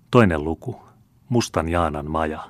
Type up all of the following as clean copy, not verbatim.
Toinen luku. Mustan Jaanan maja.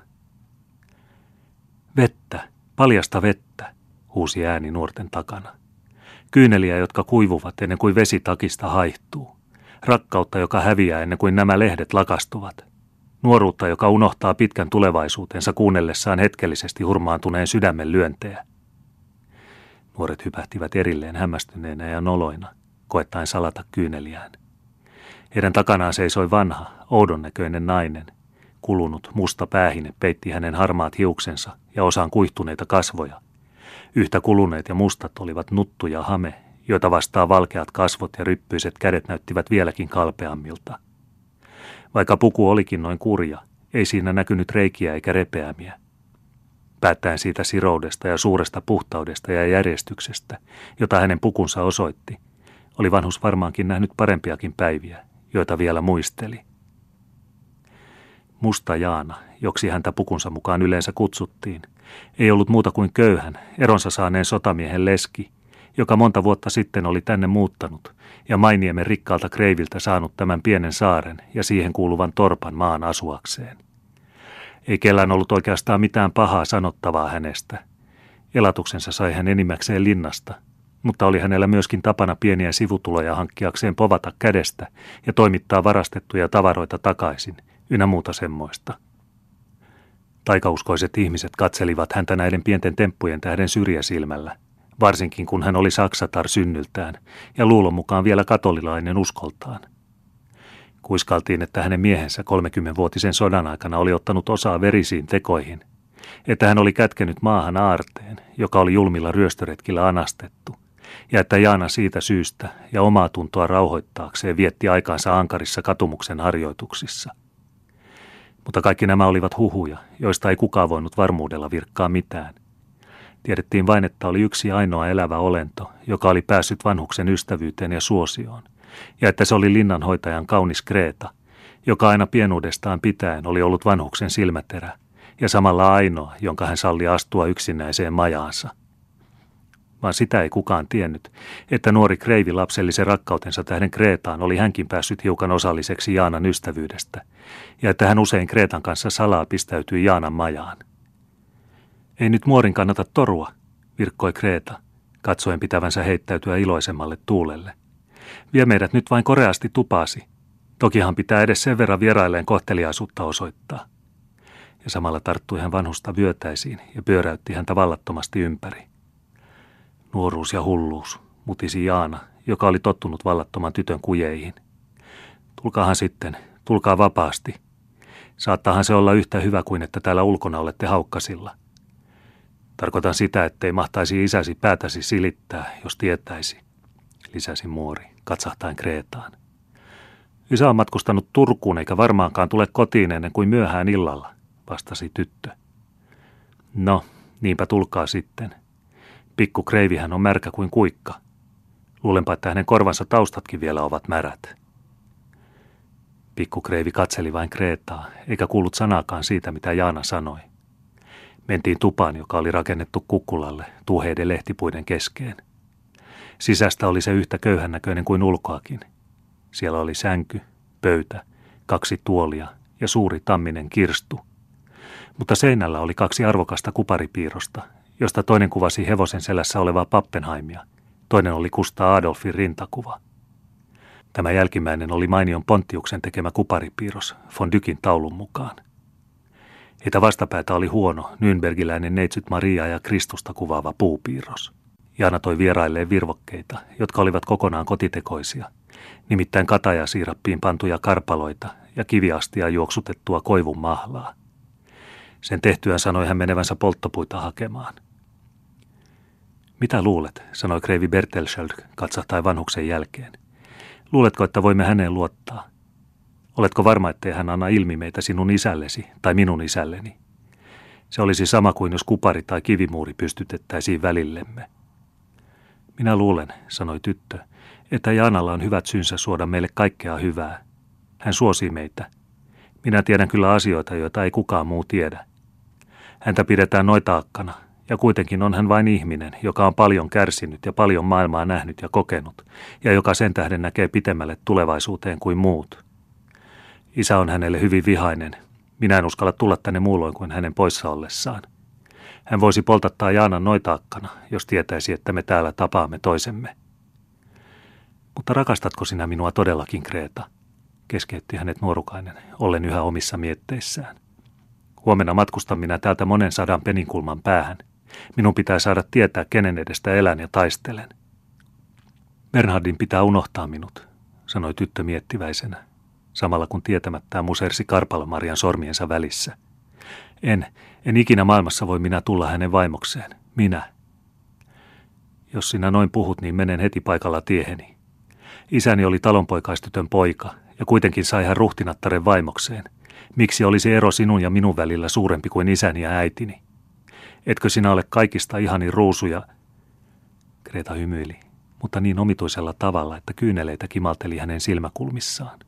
Vettä, paljasta vettä, huusi ääni nuorten takana. Kyyneliä, jotka kuivuvat ennen kuin vesi takista haihtuu. Rakkautta, joka häviää ennen kuin nämä lehdet lakastuvat. Nuoruutta, joka unohtaa pitkän tulevaisuutensa kuunnellessaan hetkellisesti hurmaantuneen sydämen lyöntejä. Nuoret hypähtivät erilleen hämmästyneenä ja noloina, koettaen salata kyyneliään. Heidän takanaan seisoi vanha, oudon näköinen nainen. Kulunut, musta päähine peitti hänen harmaat hiuksensa ja osaan kuihtuneita kasvoja. Yhtä kuluneet ja mustat olivat nuttu ja hame, joita vastaan valkeat kasvot ja ryppyiset kädet näyttivät vieläkin kalpeammilta. Vaikka puku olikin noin kurja, ei siinä näkynyt reikiä eikä repeämiä. Päättäen siitä siroudesta ja suuresta puhtaudesta ja järjestyksestä, jota hänen pukunsa osoitti, oli vanhus varmaankin nähnyt parempiakin päiviä, joita vielä muisteli. Musta Jaana, joksi häntä pukunsa mukaan yleensä kutsuttiin, ei ollut muuta kuin köyhän, eronsa saaneen sotamiehen leski, joka monta vuotta sitten oli tänne muuttanut ja Mainiemen rikkaalta kreiviltä saanut tämän pienen saaren ja siihen kuuluvan torpan maan asuakseen. Ei kellään ollut oikeastaan mitään pahaa sanottavaa hänestä. Elatuksensa sai hän enimmäkseen linnasta, mutta oli hänellä myöskin tapana pieniä sivutuloja hankkiakseen povata kädestä ja toimittaa varastettuja tavaroita takaisin, ynnä muuta semmoista. Taikauskoiset ihmiset katselivat häntä näiden pienten temppujen tähden syrjäsilmällä, varsinkin kun hän oli saksatar synnyltään ja luulon mukaan vielä katolilainen uskoltaan. Kuiskaltiin, että hänen miehensä 30-vuotisen sodan aikana oli ottanut osaa verisiin tekoihin, että hän oli kätkenyt maahan aarteen, joka oli julmilla ryöstöretkillä anastettu, ja että Jaana siitä syystä ja omaa tuntoa rauhoittaakseen vietti aikaansa ankarissa katumuksen harjoituksissa. Mutta kaikki nämä olivat huhuja, joista ei kukaan voinut varmuudella virkkaa mitään. Tiedettiin vain, että oli yksi ainoa elävä olento, joka oli päässyt vanhuksen ystävyyteen ja suosioon, ja että se oli linnanhoitajan kaunis Kreeta, joka aina pienuudestaan pitäen oli ollut vanhuksen silmäterä, ja samalla ainoa, jonka hän salli astua yksinäiseen majaansa. Vaan sitä ei kukaan tiennyt, että nuori kreivi lapsellisen rakkautensa tähden Kreetaan oli hänkin päässyt hiukan osalliseksi Jaanan ystävyydestä, ja että hän usein Kreetan kanssa salaa pistäytyi Jaanan majaan. Ei nyt muorin kannata torua, virkkoi Kreeta, katsoen pitävänsä heittäytyä iloisemmalle tuulelle. Vie meidät nyt vain koreasti tupaasi. Tokihan pitää edes sen verran vierailleen kohteliaisuutta osoittaa. Ja samalla tarttui hän vanhusta vyötäisiin ja pyöräytti häntä vallattomasti ympäri. Nuoruus ja hulluus, mutisi Jaana, joka oli tottunut vallattoman tytön kujeihin. Tulkaahan sitten, tulkaa vapaasti. Saattaahan se olla yhtä hyvä kuin että täällä ulkona olette haukkasilla. Tarkoitan sitä, ettei mahtaisi isäsi päätäsi silittää, jos tietäisi, lisäsi muori, katsahtaen Kreetaan. Isä on matkustanut Turkuun eikä varmaankaan tule kotiin ennen kuin myöhään illalla, vastasi tyttö. No, niinpä tulkaa sitten. Pikku kreivihän on märkä kuin kuikka. Luulenpa, että hänen korvansa taustatkin vielä ovat märät. Pikku kreivi katseli vain Kreetaa, eikä kuullut sanaakaan siitä, mitä Jaana sanoi. Mentiin tupaan, joka oli rakennettu kukkulalle, tuheiden lehtipuiden keskeen. Sisästä oli se yhtä köyhännäköinen kuin ulkoakin. Siellä oli sänky, pöytä, 2 tuolia ja suuri tamminen kirstu. Mutta seinällä oli 2 arvokasta kuparipiirrosta, josta toinen kuvasi hevosen selässä olevaa Pappenheimia, toinen oli Kustaa Adolfin rintakuva. Tämä jälkimmäinen oli mainion Pontiuksen tekemä kuparipiirros von Dykin taulun mukaan. Heitä vastapäätä oli huono, nynbergiläinen neitsyt Maria ja Kristusta kuvaava puupiirros. Jaana toi vierailleen virvokkeita, jotka olivat kokonaan kotitekoisia, nimittäin katajasiirappiin pantuja karpaloita ja kiviastia juoksutettua koivun mahlaa. Sen tehtyään sanoi hän menevänsä polttopuita hakemaan. Mitä luulet, sanoi kreivi Bertelschöld katsahtain vanhuksen jälkeen. Luuletko, että voimme häneen luottaa? Oletko varma, ettei hän anna ilmi meitä sinun isällesi tai minun isälleni? Se olisi sama kuin jos kupari tai kivimuuri pystytettäisiin välillemme. Minä luulen, sanoi tyttö, että Jaanalla on hyvät syynsä suoda meille kaikkea hyvää. Hän suosii meitä. Minä tiedän kyllä asioita, joita ei kukaan muu tiedä. Häntä pidetään noitaakkana, ja kuitenkin on hän vain ihminen, joka on paljon kärsinyt ja paljon maailmaa nähnyt ja kokenut, ja joka sen tähden näkee pitemmälle tulevaisuuteen kuin muut. Isä on hänelle hyvin vihainen. Minä en uskalla tulla tänne muulloin kuin hänen poissa ollessaan. Hän voisi poltattaa Jaanan noitaakkana, jos tietäisi, että me täällä tapaamme toisemme. Mutta rakastatko sinä minua todellakin, Kreta? Keskeytti hänet nuorukainen, ollen yhä omissa mietteissään. Huomenna matkustan minä täältä monen 100 peninkulman päähän. Minun pitää saada tietää, kenen edestä elän ja taistelen. Bernhardin pitää unohtaa minut, sanoi tyttö miettiväisenä, samalla kun tietämättään musersi Karpalomarian sormiensa välissä. En ikinä maailmassa voi minä tulla hänen vaimokseen. Minä. Jos sinä noin puhut, niin menen heti paikalla tieheni. Isäni oli talonpoikaistytön poika, ja kuitenkin sai hän ruhtinattaren vaimokseen. Miksi olisi ero sinun ja minun välillä suurempi kuin isäni ja äitini? Etkö sinä ole kaikista ihanin ruusuja? Kreta hymyili, mutta niin omituisella tavalla, että kyyneleitä kimalteli hänen silmäkulmissaan.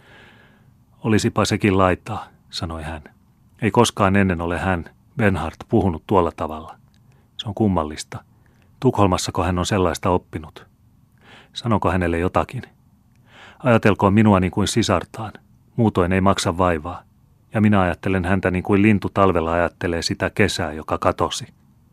Olisipa sekin laitaa, sanoi hän. Ei koskaan ennen ole hän, Bernhard, puhunut tuolla tavalla. Se on kummallista. Tukholmassako hän on sellaista oppinut? Sanonko hänelle jotakin? Ajatelkoon minua niin kuin sisartaan. Muutoin ei maksa vaivaa. Ja minä ajattelen häntä niin kuin lintu talvella ajattelee sitä kesää, joka katosi.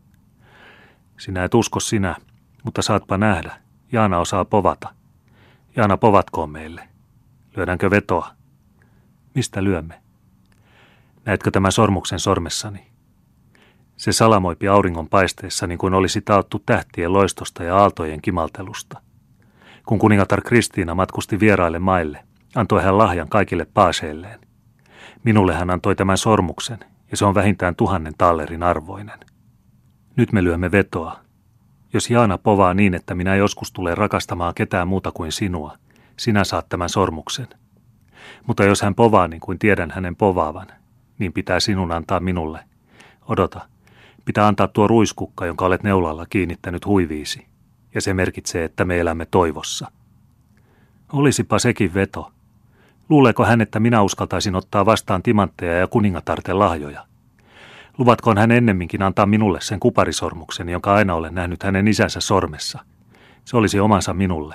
Sinä et usko sinä, mutta saatpa nähdä. Jaana osaa povata. Jaana, povatkoon meille. Lyödäänkö vetoa? Mistä lyömme? Näetkö tämän sormuksen sormessani? Se salamoipi auringon paisteessa niin kuin olisi taottu tähtien loistosta ja aaltojen kimaltelusta. Kun kuningatar Kristiina matkusti vieraille maille, antoi hän lahjan kaikille paaseilleen. Minulle hän antoi tämän sormuksen, ja se on vähintään 1000 tallerin arvoinen. Nyt me lyömme vetoa. Jos Jaana povaa niin, että minä joskus tulen rakastamaan ketään muuta kuin sinua, sinä saat tämän sormuksen. Mutta jos hän povaa niin kuin tiedän hänen povaavan, niin pitää sinun antaa minulle. Odota, pitää antaa tuo ruiskukka, jonka olet neulalla kiinnittänyt huiviisi, ja se merkitsee, että me elämme toivossa. Olisipa sekin veto. Luuleeko hän, että minä uskaltaisin ottaa vastaan timantteja ja kuningatarten lahjoja? Luvatkoon hän ennemminkin antaa minulle sen kuparisormuksen, jonka aina olen nähnyt hänen isänsä sormessa? Se olisi omansa minulle.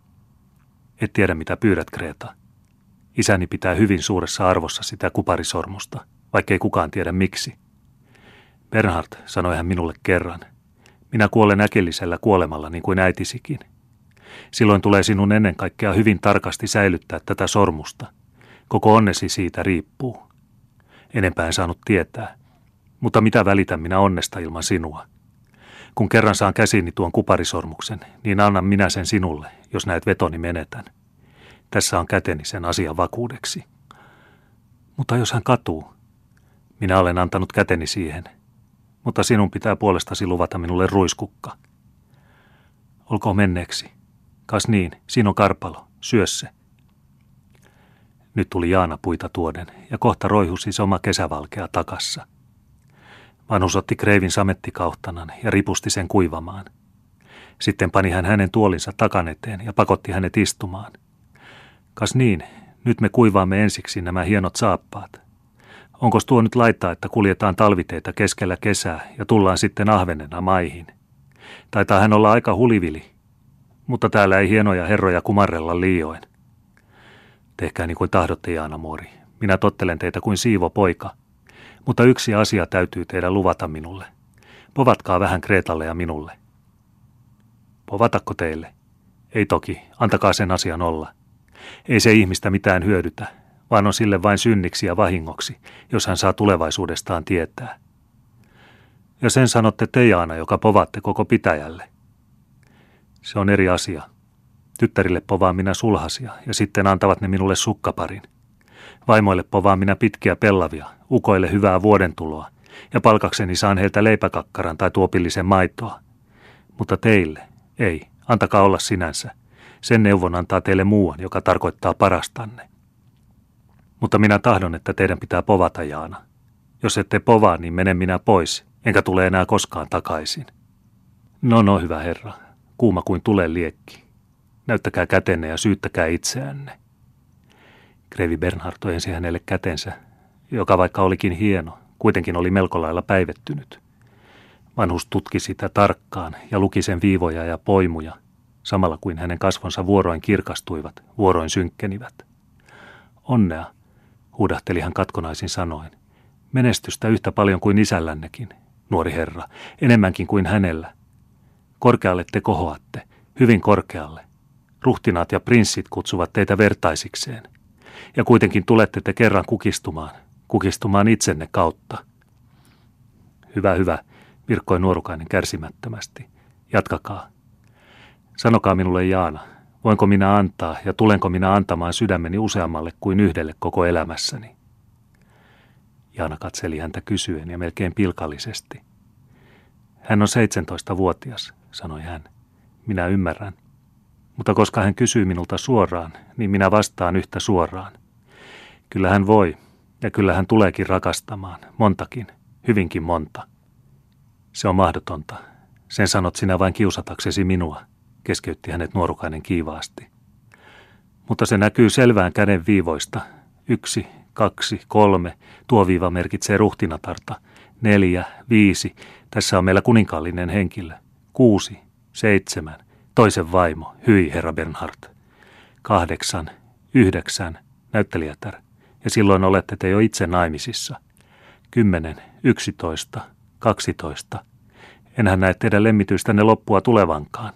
Et tiedä, mitä pyydät, Kreta. Isäni pitää hyvin suuressa arvossa sitä kuparisormusta, vaikkei kukaan tiedä miksi. Bernhard, sanoi hän minulle kerran, minä kuolen äkillisellä kuolemalla niin kuin äitisikin. Silloin tulee sinun ennen kaikkea hyvin tarkasti säilyttää tätä sormusta. Koko onnesi siitä riippuu. Enempää en saanut tietää. Mutta mitä välitän minä onnesta ilman sinua? Kun kerran saan käsiini tuon kuparisormuksen, niin annan minä sen sinulle, jos näet vetoni menetän. Tässä on käteni sen asian vakuudeksi. Mutta jos hän katuu, minä olen antanut käteni siihen. Mutta sinun pitää puolestasi luvata minulle ruiskukka. Olkoon menneeksi. Kas niin, siinä on karpalo, syö se. Nyt tuli Jaana puita tuoden, ja kohta roihusi oma kesävalkea takassa. Vanhus otti kreivin samettikaahtanan ja ripusti sen kuivamaan. Sitten pani hän hänen tuolinsa takan eteen ja pakotti hänet istumaan. Kas niin, nyt me kuivaamme ensiksi nämä hienot saappaat. Onkos tuo nyt laittaa, että kuljetaan talviteitä keskellä kesää ja tullaan sitten ahvenena maihin? Taitaa hän olla aika hulivili, mutta täällä ei hienoja herroja kumarrella liioin. Tehkää niin kuin tahdotte, Jaana muori. Minä tottelen teitä kuin siivo poika. Mutta yksi asia täytyy teidän luvata minulle. Povatkaa vähän Kretalle ja minulle. Povatakko teille? Ei toki, antakaa sen asian olla. Ei se ihmistä mitään hyödytä, vaan on sille vain synniksi ja vahingoksi, jos hän saa tulevaisuudestaan tietää. Ja sen sanotte te, Jaana, joka povaatte koko pitäjälle. Se on eri asia. Tyttärille povaan minä sulhasia, ja sitten antavat ne minulle sukkaparin. Vaimoille povaan minä pitkiä pellavia, ukoille hyvää vuodentuloa, ja palkakseni saan heiltä leipäkakkaran tai tuopillisen maitoa. Mutta teille, ei, antakaa olla sinänsä. Sen neuvon antaa teille muuan, joka tarkoittaa parastanne. Mutta minä tahdon, että teidän pitää povata, Jaana. Jos ette povaa, niin menen minä pois, enkä tule enää koskaan takaisin. No, hyvä herra, kuuma kuin tulen liekki. Näyttäkää kätenne ja syyttäkää itseänne. Kreivi Bernhard ojensi hänelle kätensä, joka vaikka olikin hieno, kuitenkin oli melko lailla päivettynyt. Vanhus tutki sitä tarkkaan ja luki sen viivoja ja poimuja, samalla kuin hänen kasvonsa vuoroin kirkastuivat, vuoroin synkkenivät. Onnea, huudahteli hän katkonaisin sanoin. Menestystä yhtä paljon kuin isällännekin, nuori herra, enemmänkin kuin hänellä. Korkealle te kohoatte, hyvin korkealle. Ruhtinaat ja prinssit kutsuvat teitä vertaisikseen. Ja kuitenkin tulette te kerran kukistumaan itsenne kautta. Hyvä, hyvä, virkkoi Nuorukainen kärsimättömästi. Jatkakaa. Sanokaa minulle, Jaana, voinko minä antaa ja tulenko minä antamaan sydämeni useammalle kuin yhdelle koko elämässäni? Jaana katseli häntä kysyen ja melkein pilkallisesti. Hän on 17-vuotias, sanoi hän. Minä ymmärrän. Mutta koska hän kysyy minulta suoraan, niin minä vastaan yhtä suoraan. Kyllä hän voi, ja kyllä hän tuleekin rakastamaan, montakin, hyvinkin monta. Se on mahdotonta. Sen sanot sinä vain kiusataksesi minua, keskeytti hänet Nuorukainen kiivaasti. Mutta se näkyy selvään käden viivoista. 1, 2, 3, tuo viiva merkitsee ruhtinatarta. 4, 5, tässä on meillä kuninkaallinen henkilö. 6, 7, toisen vaimo, hyi herra Bernhard. 8, 9, näyttelijätär, ja silloin olette te jo itse naimisissa. 10, 11, 12, enhän näe teidän lemmityistänne loppua tulevankaan.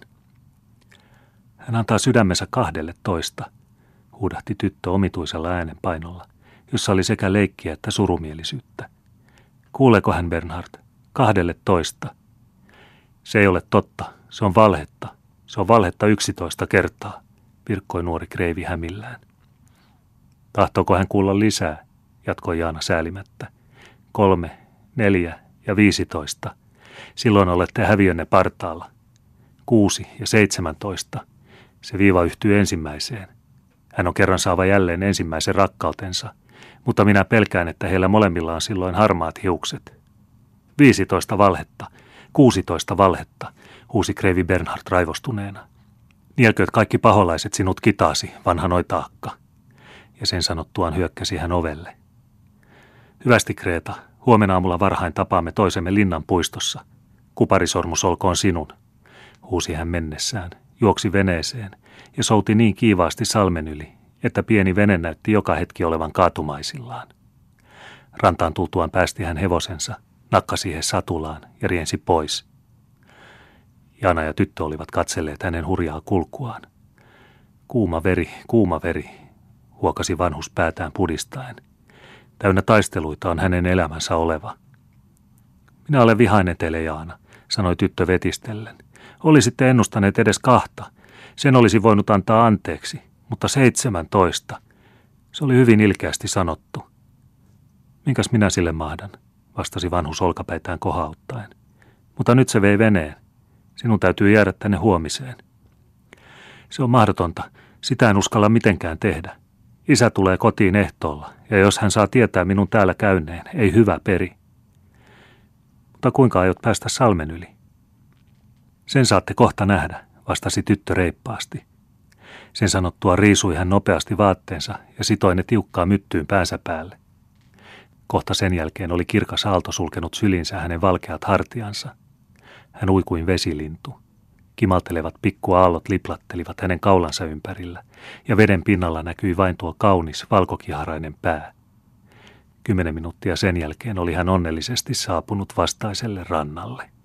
Hän antaa sydämensä 12, huudahti tyttö omituisella äänenpainolla, jossa oli sekä leikkiä että surumielisyyttä. Kuuleeko hän, Bernhard? 12. Se ei ole totta, se on valhetta. Se on valhetta 11 kertaa, virkkoi nuori kreivi hämillään. Tahtooko hän kuulla lisää, jatkoi Jaana säälimättä. 3, 4 ja 15. Silloin olette häviönne partaalla. 6 ja 17. Se viiva yhtyy ensimmäiseen. Hän on kerran saava jälleen ensimmäisen rakkautensa, mutta minä pelkään, että heillä molemmilla on silloin harmaat hiukset. 15 valhetta, 16 valhetta, huusi kreivi Bernhard raivostuneena. Nielkööt kaikki paholaiset sinut kitaasi, vanha noitaakka. Ja sen sanottuaan hyökkäsi hän ovelle. Hyvästi, Kreeta, huomenna aamulla varhain tapaamme toisemme linnan puistossa. Kuparisormus olkoon sinun, huusi hän mennessään, juoksi veneeseen ja souti niin kiivaasti salmen yli, että pieni vene näytti joka hetki olevan kaatumaisillaan. Rantaan tultuaan päästi hän hevosensa, nakkasi siihen satulaan ja riensi pois. Jaana ja tyttö olivat katselleet hänen hurjaa kulkuaan. Kuuma veri, huokasi vanhus päätään pudistaen. Täynnä taisteluita on hänen elämänsä oleva. Minä olen vihainen teille, Jaana, sanoi tyttö vetistellen. Olisitte ennustaneet edes 2. Sen olisi voinut antaa anteeksi, mutta 17. Se oli hyvin ilkeästi sanottu. Minkäs minä sille mahdan, vastasi vanhus olkapäitään kohauttaen. Mutta nyt se vei veneen. Sinun täytyy jäädä tänne huomiseen. Se on mahdotonta. Sitä en uskalla mitenkään tehdä. Isä tulee kotiin ehtoolla, ja jos hän saa tietää minun täällä käyneen, ei hyvä peri. Mutta kuinka aiot päästä salmen yli? Sen saatte kohta nähdä, vastasi tyttö reippaasti. Sen sanottua riisui hän nopeasti vaatteensa ja sitoi ne tiukkaa myttyyn päänsä päälle. Kohta sen jälkeen oli kirkas aalto sulkenut sylinsä hänen valkeat hartiansa. Hän ui kuin vesilintu. Kimaltelevat pikkuaallot liplattelivat hänen kaulansa ympärillä, ja veden pinnalla näkyi vain tuo kaunis valkokiharainen pää. 10 minuuttia sen jälkeen oli hän onnellisesti saapunut vastaiselle rannalle.